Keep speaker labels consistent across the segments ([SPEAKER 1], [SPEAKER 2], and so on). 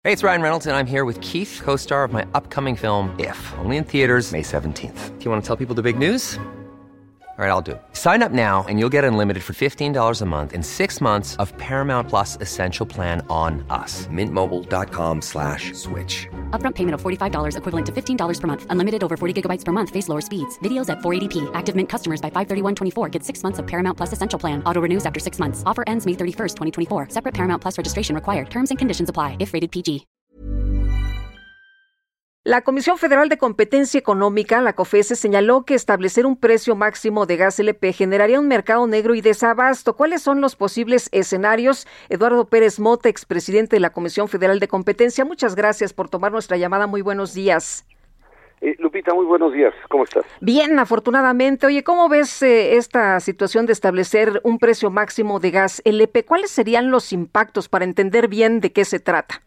[SPEAKER 1] Hey, it's Ryan Reynolds, and I'm here with Keith, co-star of my upcoming film, If, only in theaters May 17th. Do you want to tell people the big news? All right, I'll do it. Sign up now and you'll get unlimited for $15 a month and 6 months of Paramount Plus Essential Plan on us. MintMobile.com/switch.
[SPEAKER 2] Upfront payment of $45 equivalent to $15 per month. Unlimited over 40 gigabytes per month. Face lower speeds. Videos at 480p. Active Mint customers by 531.24 get 6 months of Paramount Plus Essential Plan. Auto renews after 6 months. Offer ends May 31st, 2024. Separate Paramount Plus registration required. Terms and conditions apply if rated PG.
[SPEAKER 3] La Comisión Federal de Competencia Económica, la COFECE, señaló que establecer un precio máximo de gas LP generaría un mercado negro y desabasto. ¿Cuáles son los posibles escenarios? Eduardo Pérez Mota, expresidente de la Comisión Federal de Competencia, muchas gracias por tomar nuestra llamada. Muy buenos días.
[SPEAKER 4] Lupita, muy buenos días. ¿Cómo estás?
[SPEAKER 3] Bien, afortunadamente. Oye, ¿cómo ves esta situación de establecer un precio máximo de gas LP? ¿Cuáles serían los impactos para entender bien de qué se trata?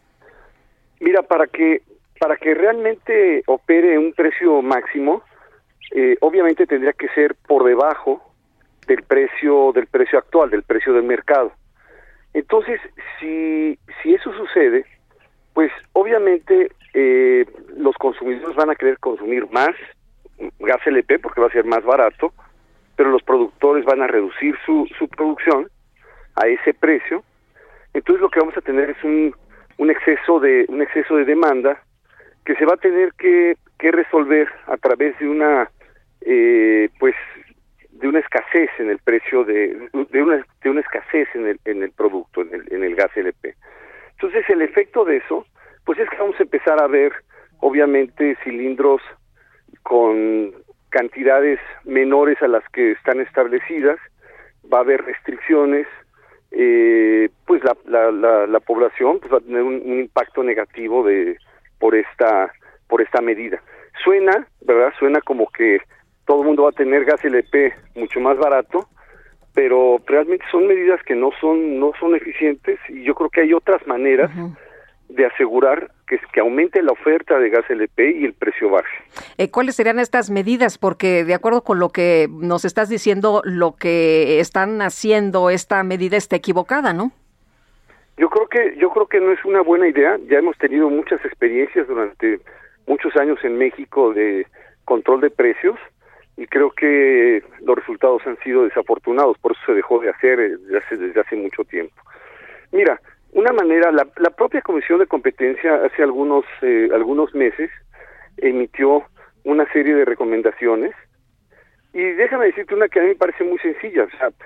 [SPEAKER 4] Mira, para que realmente opere un precio máximo, obviamente tendría que ser por debajo del precio actual, del precio del mercado. Entonces, si eso sucede, pues obviamente los consumidores van a querer consumir más gas LP porque va a ser más barato, pero los productores van a reducir su producción a ese precio. Entonces lo que vamos a tener es un exceso de demanda que se va a tener que resolver a través de una de una escasez en el precio de una escasez en el producto, en el gas LP. Entonces el efecto de eso pues es que vamos a empezar a ver obviamente cilindros con cantidades menores a las que están establecidas, va a haber restricciones, pues la población pues va a tener un impacto negativo por esta medida. Suena, ¿verdad? Suena como que todo el mundo va a tener gas LP mucho más barato, pero realmente son medidas que no son eficientes y yo creo que hay otras maneras de asegurar que aumente la oferta de gas LP y el precio baje.
[SPEAKER 3] ¿Cuáles serían estas medidas? Porque de acuerdo con lo que nos estás diciendo, lo que están haciendo esta medida está equivocada, ¿no?
[SPEAKER 4] Yo creo que no es una buena idea. Ya hemos tenido muchas experiencias durante muchos años en México de control de precios y creo que los resultados han sido desafortunados, por eso se dejó de hacer desde hace mucho tiempo. Mira, una manera, la propia Comisión de Competencia hace algunos meses emitió una serie de recomendaciones y déjame decirte una que a mí me parece muy sencilla, o sea,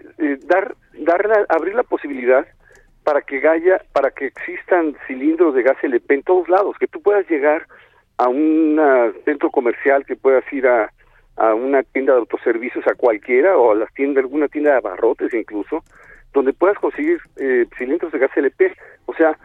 [SPEAKER 4] abrir la posibilidad para que existan cilindros de gas LP en todos lados, que tú puedas llegar a un centro comercial, que puedas ir a una tienda de autoservicios, a cualquiera, o a alguna tienda de abarrotes incluso, donde puedas conseguir cilindros de gas LP. O sea,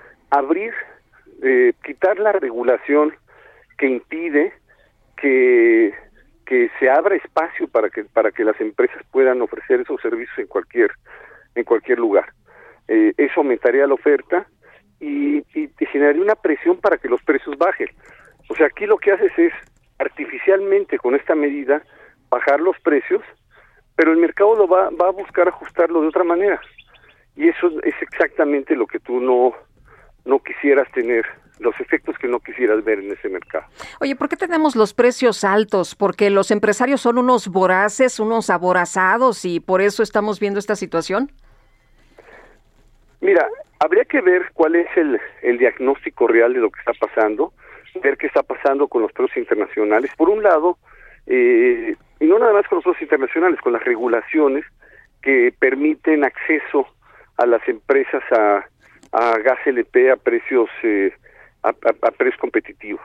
[SPEAKER 4] quitar la regulación que impide que se abra espacio para que las empresas puedan ofrecer esos servicios en cualquier lugar. Eso aumentaría la oferta y te generaría una presión para que los precios bajen. O sea, aquí lo que haces es artificialmente con esta medida bajar los precios, pero el mercado va a buscar ajustarlo de otra manera. Y eso es exactamente lo que tú no quisieras tener, los efectos que no quisieras ver en ese mercado.
[SPEAKER 3] Oye, ¿por qué tenemos los precios altos? ¿Porque los empresarios son unos voraces, unos aborazados y por eso estamos viendo esta situación?
[SPEAKER 4] Mira, habría que ver cuál es el diagnóstico real de lo que está pasando, ver qué está pasando con los precios internacionales. Por un lado, y no nada más con los precios internacionales, con las regulaciones que permiten acceso a las empresas a gas LP a precios competitivos.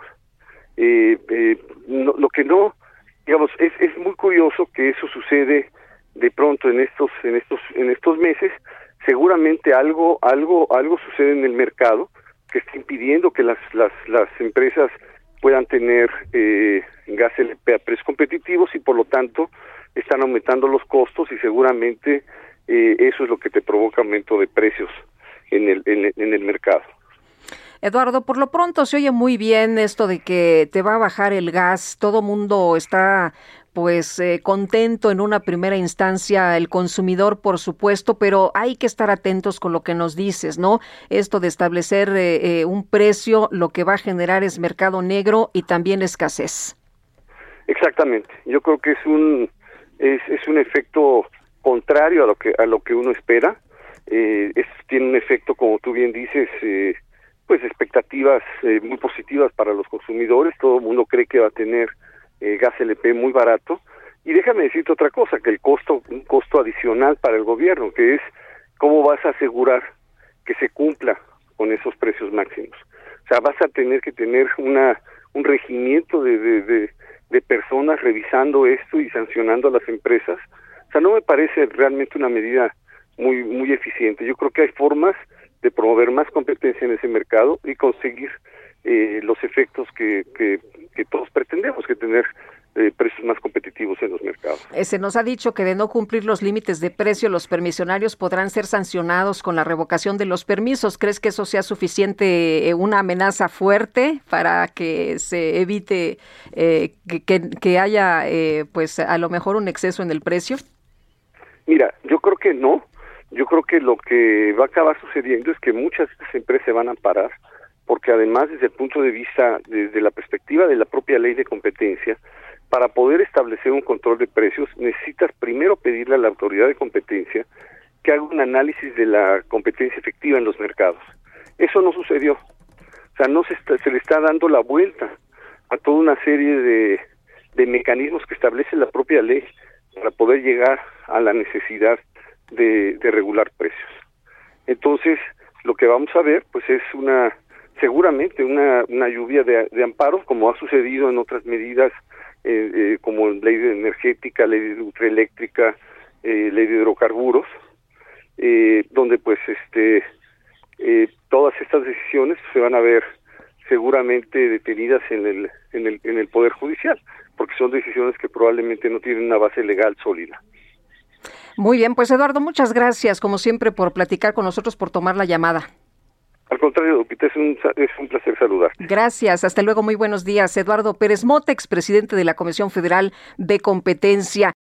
[SPEAKER 4] Lo que no, digamos, es muy curioso que eso sucede de pronto en estos meses. Seguramente algo sucede en el mercado que está impidiendo que las empresas puedan tener gas LP a precios competitivos y por lo tanto están aumentando los costos y seguramente eso es lo que te provoca aumento de precios en el mercado.
[SPEAKER 3] Eduardo, por lo pronto se oye muy bien esto de que te va a bajar el gas. Todo mundo está pues contento en una primera instancia el consumidor, por supuesto, pero hay que estar atentos con lo que nos dices, ¿no? Esto de establecer un precio, lo que va a generar es mercado negro y también escasez.
[SPEAKER 4] Exactamente. Yo creo que es un efecto contrario a lo que uno espera. Tiene un efecto, como tú bien dices, pues expectativas muy positivas para los consumidores. Todo el mundo cree que va a tener gas LP muy barato. Y déjame decirte otra cosa, que un costo adicional para el gobierno, que es cómo vas a asegurar que se cumpla con esos precios máximos. O sea, vas a tener que tener un regimiento de personas revisando esto y sancionando a las empresas. O sea, no me parece realmente una medida muy eficiente. Yo creo que hay formas de promover más competencia en ese mercado y conseguir los efectos que todos pretendemos, que tener precios más competitivos en los mercados.
[SPEAKER 3] Se nos ha dicho que de no cumplir los límites de precio, los permisionarios podrán ser sancionados con la revocación de los permisos. ¿Crees que eso sea suficiente, una amenaza fuerte para que se evite que haya, pues a lo mejor un exceso en el precio?
[SPEAKER 4] Mira, yo creo que no. Yo creo que lo que va a acabar sucediendo es que muchas de estas empresas se van a parar, porque además desde el punto de vista, desde la perspectiva de la propia ley de competencia, para poder establecer un control de precios necesitas primero pedirle a la autoridad de competencia que haga un análisis de la competencia efectiva en los mercados. Eso no sucedió. O sea, se le está dando la vuelta a toda una serie de mecanismos que establece la propia ley para poder llegar a la necesidad de regular precios. Entonces, lo que vamos a ver, pues es seguramente una lluvia de amparos, como ha sucedido en otras medidas, como ley energética, ley de industria eléctrica, ley de hidrocarburos, donde pues todas estas decisiones se van a ver seguramente detenidas en el Poder Judicial, porque son decisiones que probablemente no tienen una base legal sólida.
[SPEAKER 3] Muy bien, pues Eduardo, muchas gracias, como siempre, por platicar con nosotros, por tomar la llamada.
[SPEAKER 4] Al contrario, Lupita, es un placer saludar.
[SPEAKER 3] Gracias, hasta luego, muy buenos días. Eduardo Pérez Mota, expresidente de la Comisión Federal de Competencia.